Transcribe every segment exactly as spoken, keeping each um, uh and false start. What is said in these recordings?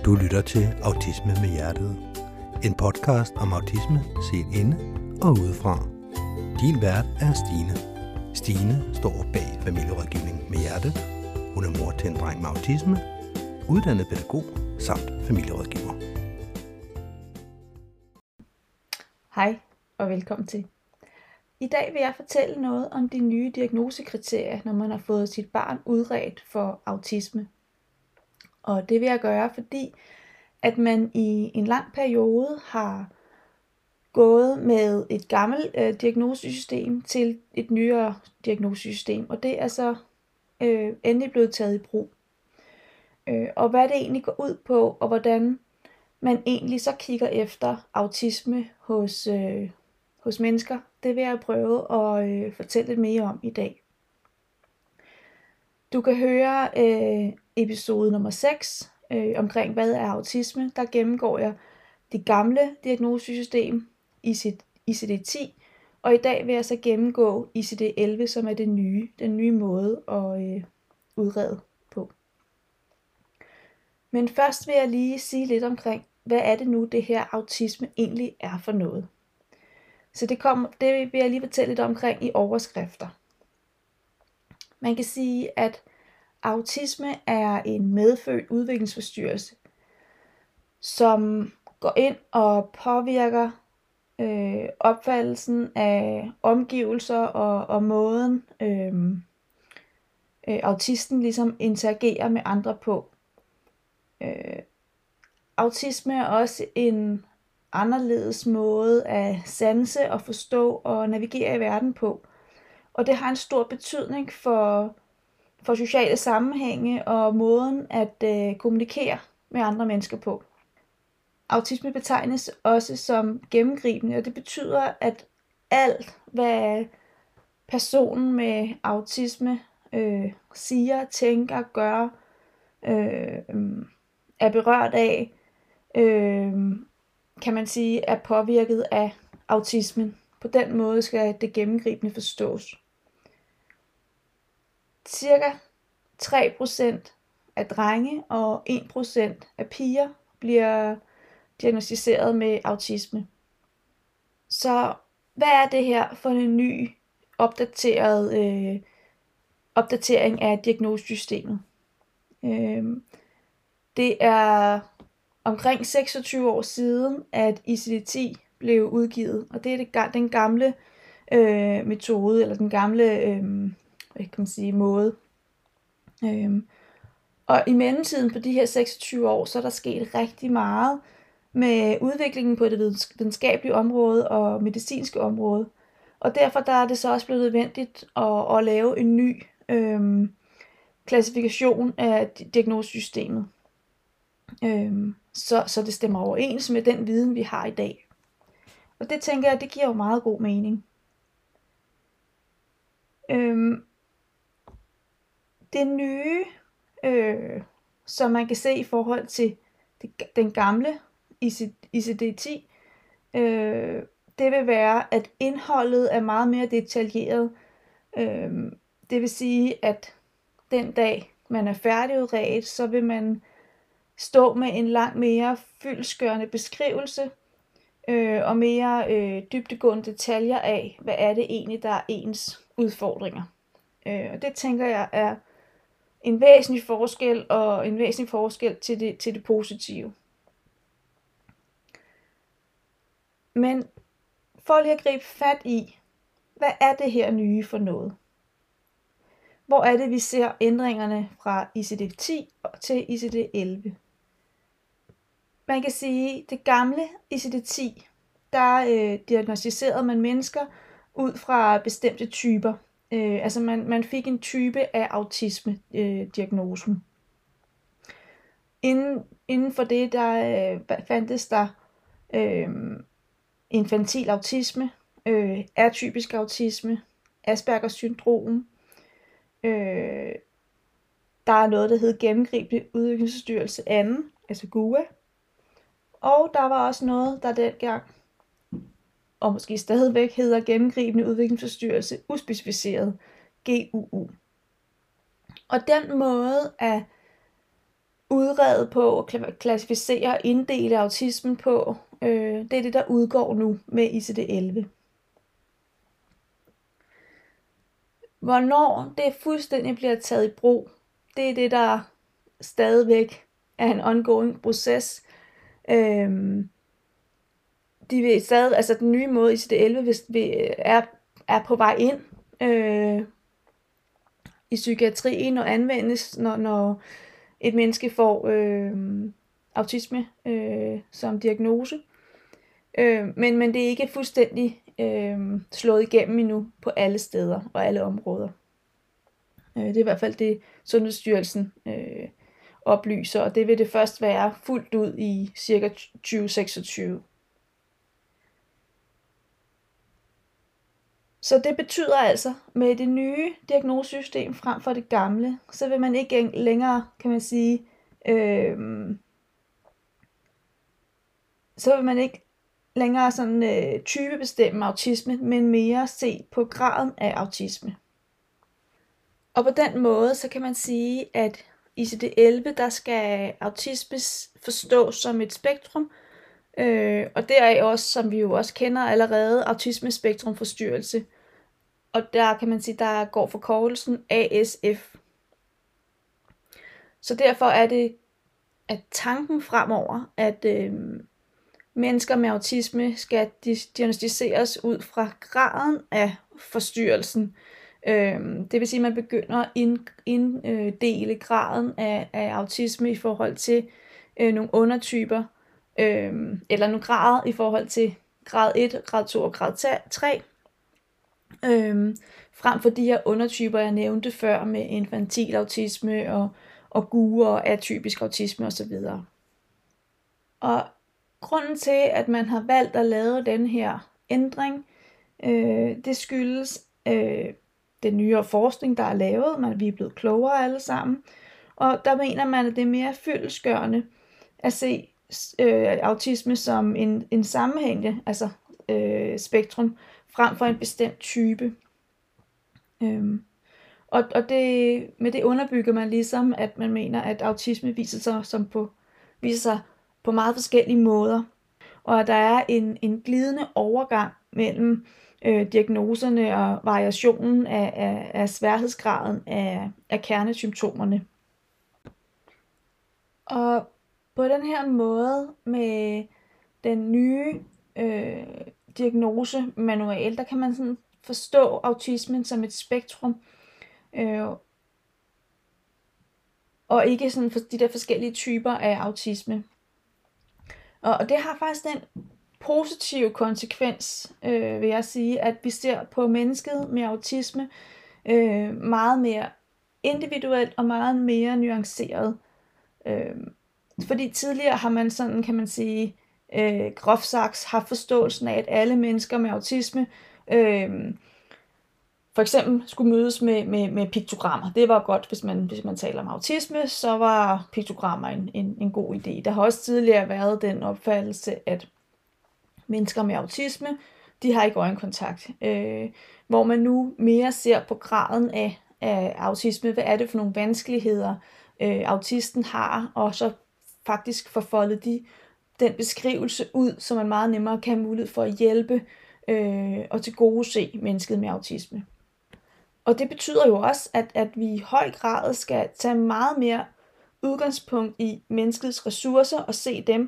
Du lytter til Autisme med Hjertet. En podcast om autisme set inde og udefra. Din vært er Stine. Stine står bag familierådgivning med Hjerte. Hun er mor til en dreng med autisme, uddannet pædagog samt familierådgiver. Hej og velkommen til. I dag vil jeg fortælle noget om de nye diagnosekriterier, når man har fået sit barn udredt for autisme. Og det vil jeg gøre, fordi at man i en lang periode har gået med et gammelt øh, diagnosesystem til et nyere diagnosesystem, og det er så øh, endelig blevet taget i brug. Øh, og hvad det egentlig går ud på, og hvordan man egentlig så kigger efter autisme hos, øh, hos mennesker, det vil jeg prøve at øh, fortælle lidt mere om i dag. Du kan høre øh, episode nummer seks øh, omkring hvad er autisme. Der gennemgår jeg det gamle diagnosesystem, I C D ti, og i dag vil jeg så gennemgå I C D elleve, som er det nye, den nye måde at øh, udrede på. Men først vil jeg lige sige lidt omkring, hvad er det nu, det her autisme egentlig er for noget. Så det, kom, det vil jeg lige fortælle lidt omkring i overskrifter. Man kan sige, at autisme er en medfødt udviklingsforstyrrelse, som går ind og påvirker øh, opfattelsen af omgivelser og, og måden øh, øh, autisten ligesom interagerer med andre på. Øh, autisme er også en anderledes måde at sanse og forstå og navigere i verden på. Og det har en stor betydning for, for sociale sammenhænge og måden at øh, kommunikere med andre mennesker på. Autisme betegnes også som gennemgribende, og det betyder, at alt, hvad personen med autisme øh, siger, tænker, gør, øh, er berørt af, øh, kan man sige, er påvirket af autismen. På den måde skal det gennemgribende forstås. Cirka tre procent af drenge og en procent af piger bliver diagnosticeret med autisme. Så hvad er det her for en ny opdateret øh, opdatering af diagnosesystemet? Øh, det er omkring seksogtyve år siden, at I C D ti blev udgivet, og det er det, den gamle øh, metode, eller den gamle øh, hvad kan man sige, måde. Øh, og i mellemtiden på de her seksogtyve år, så er der sket rigtig meget med udviklingen på det videnskabelige område og medicinske område. Og derfor der er det så også blevet nødvendigt at, at lave en ny øh, klassifikation af diagnosesystemet. Øh, så, så det stemmer overens med den viden, vi har i dag. Og det tænker jeg, det giver jo meget god mening. Øh, det nye, øh, som man kan se i forhold til det, den gamle I C D ti, øh, det vil være, at indholdet er meget mere detaljeret. Øh, det vil sige, at den dag man er færdigudredt, så vil man stå med en langt mere fyldestgørende beskrivelse øh, og mere øh, dybdegående detaljer af, hvad er det egentlig, der er ens udfordringer. Øh, og det tænker jeg er en væsentlig forskel, og en væsentlig forskel til det, til det positive. Men for lige at gribe fat i, hvad er det her nye for noget? Hvor er det, vi ser ændringerne fra I C D ti til I C D elleve? Man kan sige, det gamle I C D ti, der øh, diagnostiserede man mennesker ud fra bestemte typer. Øh, altså man, man fik en type af autisme-diagnosen. Øh, inden, inden for det, der øh, fandtes der øh, infantil autisme, øh, atypisk autisme, Aspergers syndrom. Øh, der er noget, der hedder gennemgribende udviklingsforstyrrelse anden, altså G U A. Og der var også noget, der dengang, og måske stadigvæk hedder gennemgribende udviklingsforstyrrelse uspecificeret, G U U. Og den måde at udrede udrede på, klassificere og inddele autismen på. Øh, det er det, der udgår nu med I C D elleve. Hvornår det fuldstændig bliver taget i brug, det er det, der stadigvæk er en ongoing proces. Øhm, de vil stadig, altså den nye måde I C D elleve hvis vi er, er på vej ind øh, i psykiatrien og anvendes, når, når et menneske får øh, autisme øh, som diagnose. Øh, men, men det er ikke fuldstændig øh, slået igennem endnu på alle steder og alle områder. Øh, det er i hvert fald det, Sundhedsstyrelsen øh, oplyser, og det vil det først være fuldt ud i cirka tyve seksogtyve. Så det betyder altså, med det nye diagnosesystem frem for det gamle, så vil man ikke længere, kan man sige, øh, så vil man ikke længere sådan øh, typebestemme autisme, men mere se på graden af autisme. Og på den måde, så kan man sige, at i C D elleve, der skal autisme forstås som et spektrum, øh, og der er også, som vi jo også kender allerede, autismespektrumforstyrrelse. Og der kan man sige, der går forkortelsen A S F. Så derfor er det at tanken fremover, at øh, mennesker med autisme skal diagnosticeres ud fra graden af forstyrrelsen. Øh, det vil sige, at man begynder at inddele graden af, af autisme i forhold til øh, nogle undertyper, øh, eller nogle grader i forhold til grad et, grad to og grad tre. Øhm, frem for de her undertyper, jeg nævnte før, med infantil autisme og, og G U og atypisk autisme osv. Og grunden til, at man har valgt at lave den her ændring, øh, det skyldes øh, den nyere forskning, der er lavet. Man, vi er blevet klogere alle sammen. Og der mener man, at det er mere fyldestgørende at se øh, autisme som en, en sammenhængende altså, øh, spektrum, frem for en bestemt type. Øhm, og og det, med det underbygger man ligesom, at man mener, at autisme viser sig, som på, viser sig på meget forskellige måder. Og at der er en, en glidende overgang mellem øh, diagnoserne og variationen af, af, af sværhedsgraden af, af kernesymptomerne. Og på den her måde med den nye øh, diagnosemanual, der kan man sådan forstå autismen som et spektrum, øh, og ikke sådan for de der forskellige typer af autisme. Og, og det har faktisk den positive konsekvens, øh, vil jeg sige, at vi ser på mennesket med autisme øh, meget mere individuelt og meget mere nuanceret. Øh, fordi tidligere har man sådan, kan man sige, øh, groft sagt haft forståelsen af, at alle mennesker med autisme øh, for eksempel skulle mødes med, med, med piktogrammer. Det var godt, hvis man, hvis man taler om autisme, så var piktogrammer en, en, en god idé. Der har også tidligere været den opfattelse, at mennesker med autisme, de har ikke øjenkontakt. Øh, hvor man nu mere ser på graden af, af autisme. Hvad er det for nogle vanskeligheder, øh, autisten har, og så faktisk forfoldet de den beskrivelse ud, så man meget nemmere kan have mulighed for at hjælpe øh, og tilgodese mennesket med autisme. Og det betyder jo også, at, at vi i høj grad skal tage meget mere udgangspunkt i menneskets ressourcer og se dem.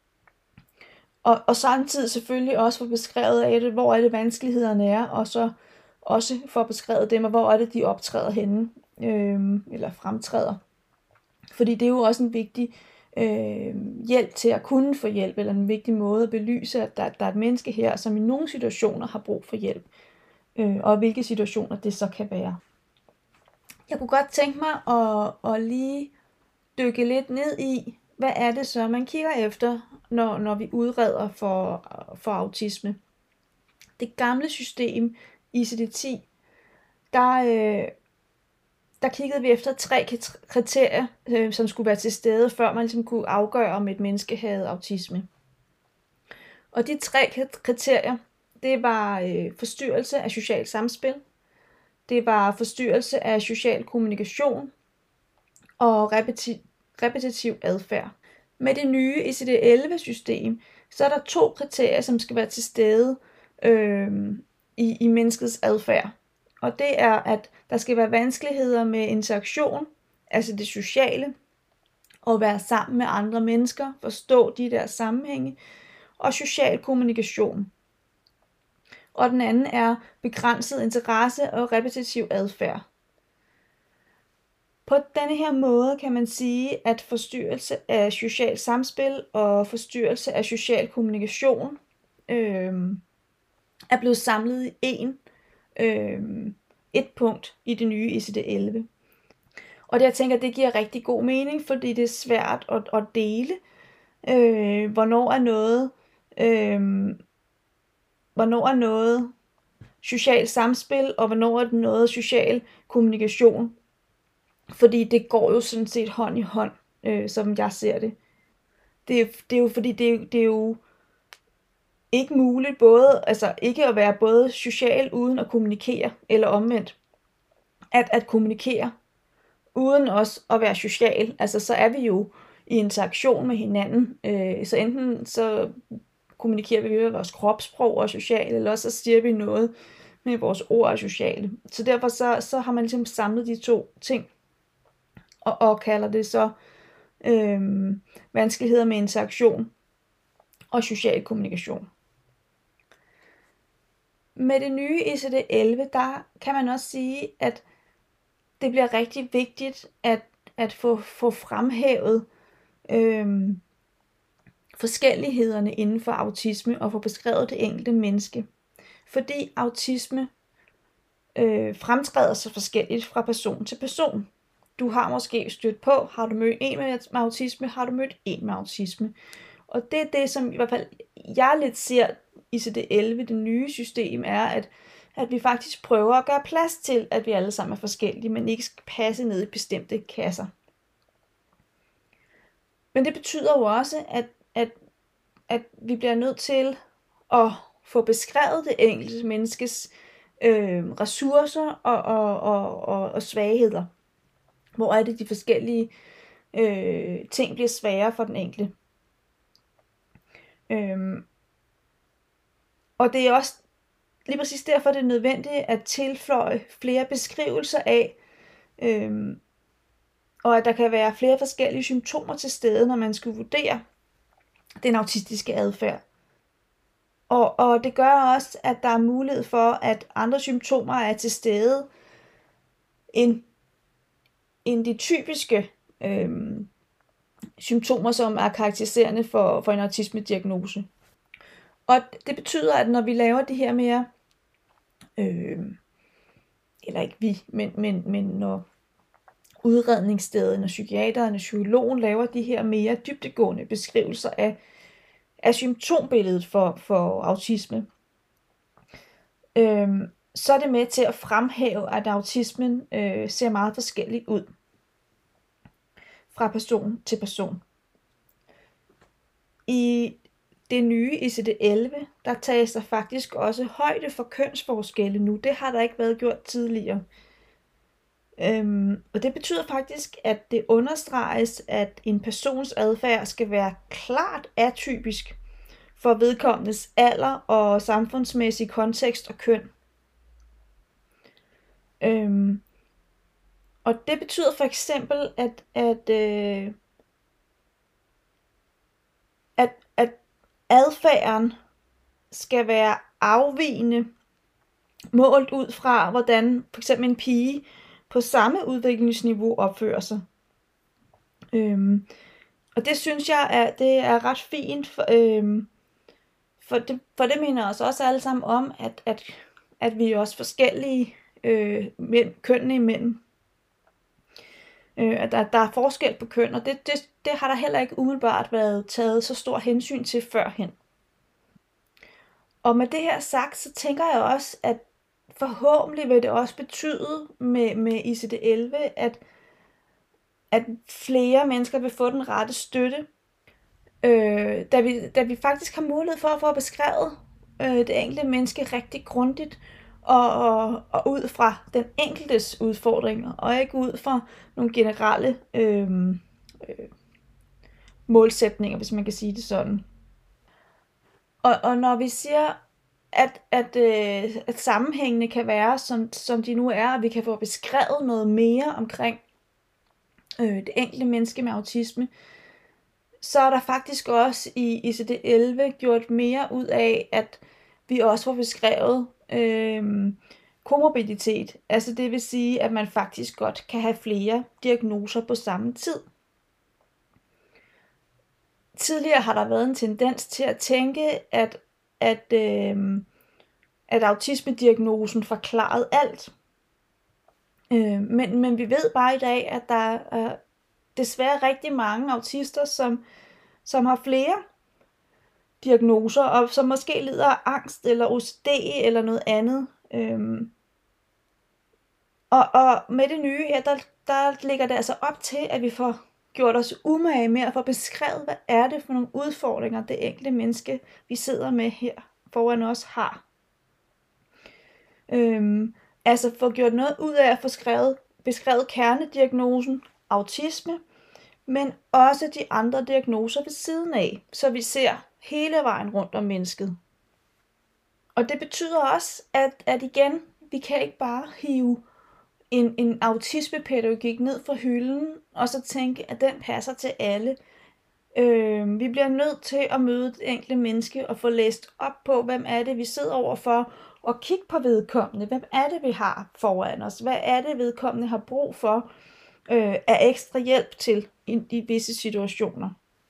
Og, og samtidig selvfølgelig også få beskrevet af det, hvor er det vanskelighederne er, og så også få beskrevet dem, og hvor er det, de optræder henne, øh, eller fremtræder. Fordi det er jo også en vigtig øh, hjælp til at kunne få hjælp, eller en vigtig måde at belyse, at der, der er et menneske her, som i nogle situationer har brug for hjælp, øh, og hvilke situationer det så kan være. Jeg kunne godt tænke mig at, at lige dykke lidt ned i, hvad er det så, man kigger efter, når, når vi udreder for, for autisme. Det gamle system, I C D ti, der, øh, der kiggede vi efter tre kriterier, øh, som skulle være til stede, før man ligesom kunne afgøre, om et menneske havde autisme. Og de tre kriterier, det var øh, forstyrrelse af socialt samspil, det var forstyrrelse af social kommunikation og repeti- repetitiv adfærd. Med det nye I C D elleve system, så er der to kriterier, som skal være til stede øh, i, i menneskets adfærd. Og det er, at der skal være vanskeligheder med interaktion, altså det sociale, og være sammen med andre mennesker, forstå de der sammenhænge, og social kommunikation. Og den anden er begrænset interesse og repetitiv adfærd. På denne her måde kan man sige, at forstyrrelse af social samspil og forstyrrelse af social kommunikation øh, er blevet samlet i én, øh, et punkt i det nye I C D elleve. Og det jeg tænker, det giver rigtig god mening, fordi det er svært at, at dele, øh, hvornår er noget, øh, hvornår er noget social samspil, og hvornår er det noget social kommunikation. Fordi det går jo sådan set hånd i hånd, øh, som jeg ser det. Det er, det er jo fordi, det er, det er jo ikke muligt både, altså ikke at være både social uden at kommunikere, eller omvendt. At, at kommunikere uden også at være social, altså så er vi jo i interaktion med hinanden. Øh, så enten så kommunikerer vi ved vores kropssprog og socialt, eller også så siger vi noget med vores ord og sociale. Så derfor så, så har man ligesom samlet de to ting, og, og kalder det så øh, vanskeligheder med interaktion og social kommunikation. Med det nye I C D elleve, der kan man også sige, at det bliver rigtig vigtigt at, at få, få fremhævet øh, forskellighederne inden for autisme og få beskrevet det enkelte menneske. Fordi autisme øh, fremtræder så forskelligt fra person til person. Du har måske stødt på, har du mødt en med autisme, har du mødt en med autisme. Og det er det, som i hvert fald jeg lidt ser i I C D elleve, det nye system, er, at, at vi faktisk prøver at gøre plads til, at vi alle sammen er forskellige, men ikke skal passe ned i bestemte kasser. Men det betyder jo også, at, at, at vi bliver nødt til at få beskrevet det enkelte menneskes øh, ressourcer og, og, og, og, og svagheder. Hvor er det, de forskellige øh, ting bliver sværere for den enkelte. Øhm, og det er også lige præcis derfor, det er nødvendigt at tilføje flere beskrivelser af, øhm, og at der kan være flere forskellige symptomer til stede, når man skal vurdere den autistiske adfærd. Og, og det gør også, at der er mulighed for, at andre symptomer er til stede end, end de typiske øhm, symptomer, som er karakteriserende for, for en autisme-diagnose. Og det betyder, at når vi laver de her mere, øh, eller ikke vi, men, men, men når udredningsstedet, når psykiateren og psykologen laver de her mere dybdegående beskrivelser af, af symptombilledet for, for autisme, øh, så er det med til at fremhæve, at autismen øh, ser meget forskellig ud fra person til person. I det nye I C D elleve, der tages der faktisk også højde for kønsforskelle nu. Det har der ikke været gjort tidligere. Øhm, og det betyder faktisk, at det understreges, at en persons adfærd skal være klart atypisk for vedkommendes alder og samfundsmæssig kontekst og køn. Øhm, og det betyder for eksempel, at, at, øh, at, at adfærden skal være afvigende målt ud fra, hvordan for eksempel en pige på samme udviklingsniveau opfører sig. Øhm, og det synes jeg, er, det er ret fint, for, øhm, for, det, for det mener os også alle sammen om, at, at, at vi er også forskellige øh, kønnene imellem. Øh, at der, der er forskel på køn, og det, det, det har der heller ikke umiddelbart været taget så stor hensyn til førhen. Og med det her sagt, så tænker jeg også, at forhåbentlig vil det også betyde med, med I C D elleve, at, at flere mennesker vil få den rette støtte, øh, da, vi, da vi faktisk har mulighed for at få beskrevet øh, det enkelte menneske rigtig grundigt, og, og, og ud fra den enkeltes udfordringer, og ikke ud fra nogle generelle øh, øh, målsætninger, hvis man kan sige det sådan. Og, og når vi siger, at, at, øh, at sammenhængene kan være, som, som de nu er, og vi kan få beskrevet noget mere omkring øh, det enkelte menneske med autisme, så er der faktisk også i I C D elleve gjort mere ud af, at vi også får beskrevet øh, komorbiditet. Altså det vil sige, at man faktisk godt kan have flere diagnoser på samme tid. Tidligere har der været en tendens til at tænke, at, at, øh, at autismediagnosen forklarede alt. Øh, men, men vi ved bare i dag, at der er desværre rigtig mange autister, som, som har flere diagnoser, og som måske lider af angst, eller O C D, eller noget andet. Øhm. Og, og med det nye her, der, der ligger det altså op til, at vi får gjort os umage med at få beskrevet, hvad er det for nogle udfordringer, det enkelte menneske, vi sidder med her foran os, har. Øhm. Altså få gjort noget ud af at få skrevet, beskrevet kernediagnosen, autisme, men også de andre diagnoser ved siden af, så vi ser hele vejen rundt om mennesket. Og det betyder også, at, at igen, vi kan ikke bare hive en, en autismepædagogik ned fra hylden, og så tænke, at den passer til alle. Øh, vi bliver nødt til at møde det enkelte menneske og få læst op på, hvem er det, vi sidder overfor, og kigge på vedkommende. Hvem er det, vi har foran os? Hvad er det, vedkommende har brug for øh, af ekstra hjælp til i, i visse situationer?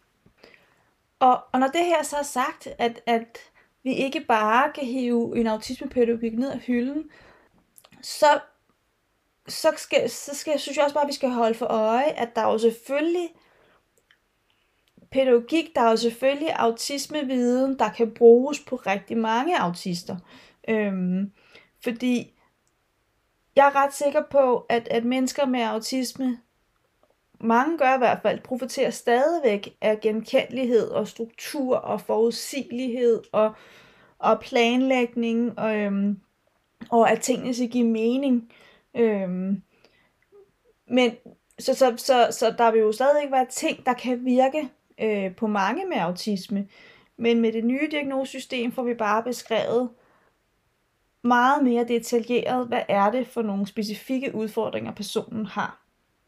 Og, og når det her så er sagt, at, at vi ikke bare kan hive en autismepædagogik ned af hylden, så, så, skal, så skal, synes jeg også bare, at vi skal holde for øje, at der er jo selvfølgelig pædagogik, der er jo selvfølgelig autismeviden, der kan bruges på rigtig mange autister. Øhm, fordi jeg er ret sikker på, at, at mennesker med autisme, mange gør i hvert fald, profiterer stadigvæk af genkendelighed og struktur og forudsigelighed og, og planlægning, og, øhm, og at tingene skal give mening. Øhm, men så, så, så, så der vil jo stadigvæk være ting, der kan virke øh, på mange med autisme. Men med det nye diagnosesystem får vi bare beskrevet meget mere detaljeret, hvad er det for nogle specifikke udfordringer, personen har.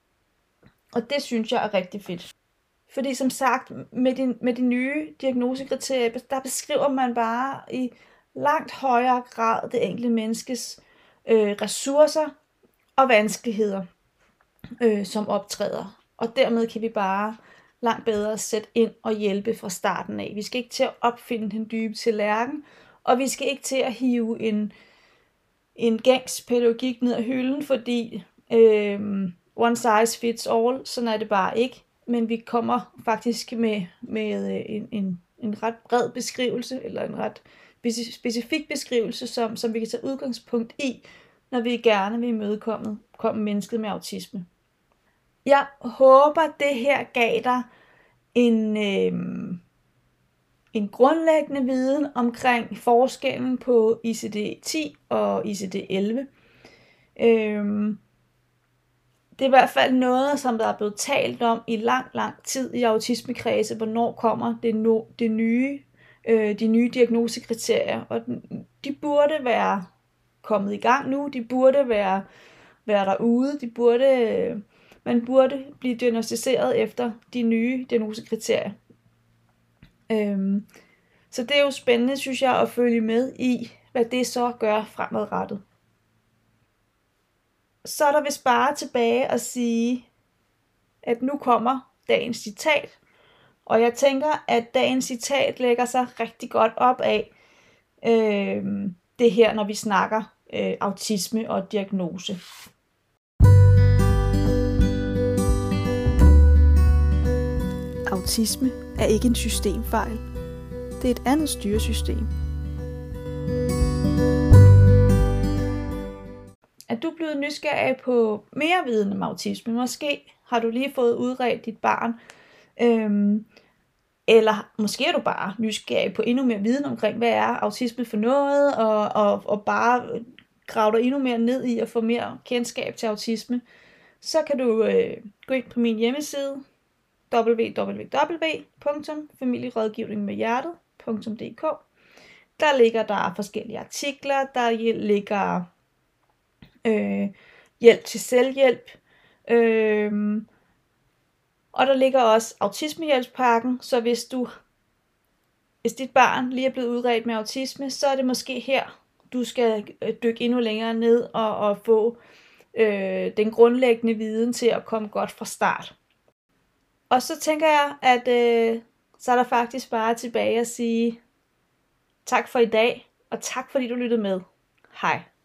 Og det synes jeg er rigtig fedt. Fordi som sagt, med de, med de nye diagnosekriterier, der beskriver man bare i langt højere grad det enkelte menneskes øh, ressourcer og vanskeligheder, øh, som optræder. Og dermed kan vi bare langt bedre sætte ind og hjælpe fra starten af. Vi skal ikke til at opfinde den dybe tallerken, og vi skal ikke til at hive en, en gængs pædagogik ned ad hylden, fordi øh, one size fits all, sådan er det bare ikke. Men vi kommer faktisk med, med en, en, en ret bred beskrivelse, eller en ret specifik beskrivelse, som, som vi kan tage udgangspunkt i, når vi gerne vil imødekomme komme mennesket med autisme. Jeg håber, det her gav dig en, øh, en grundlæggende viden omkring forskellen på I C D ti og I C D elleve. Øh, det er i hvert fald noget, som der er blevet talt om i lang, lang tid i autismekredse, hvornår kommer det, no, det nye, øh, de nye diagnosekriterier, og de burde være kommet i gang nu, de burde være, være derude, de burde, øh, man burde blive diagnosticeret efter de nye diagnosekriterier. Øhm, så det er jo spændende, synes jeg, at følge med i, hvad det så gør fremadrettet. Så er der vist bare tilbage at sige, at nu kommer dagens citat, og jeg tænker, at dagens citat lægger sig rigtig godt op af øh, det her, når vi snakker øh, autisme og diagnose. Autisme er ikke en systemfejl. Det er et andet styresystem. Er du blevet nysgerrig på mere viden om autisme? Måske har du lige fået udredt dit barn. Øhm, eller måske er du bare nysgerrig på endnu mere viden omkring, hvad er autisme for noget, og, og, og bare grave dig endnu mere ned i at få mere kendskab til autisme. Så kan du øh, gå ind på min hjemmeside, w w w punktum familierådgivning med hjertet punktum d k. Der ligger der forskellige artikler, der ligger øh, hjælp til selvhjælp, øh, og der ligger også autismehjælpspakken, så hvis du hvis dit barn lige er blevet udredt med autisme, så er det måske her, du skal dykke endnu længere ned og, og få øh, den grundlæggende viden til at komme godt fra start. Og så tænker jeg, at øh, så er der faktisk bare tilbage at sige tak for i dag, og tak fordi du lyttede med. Hej.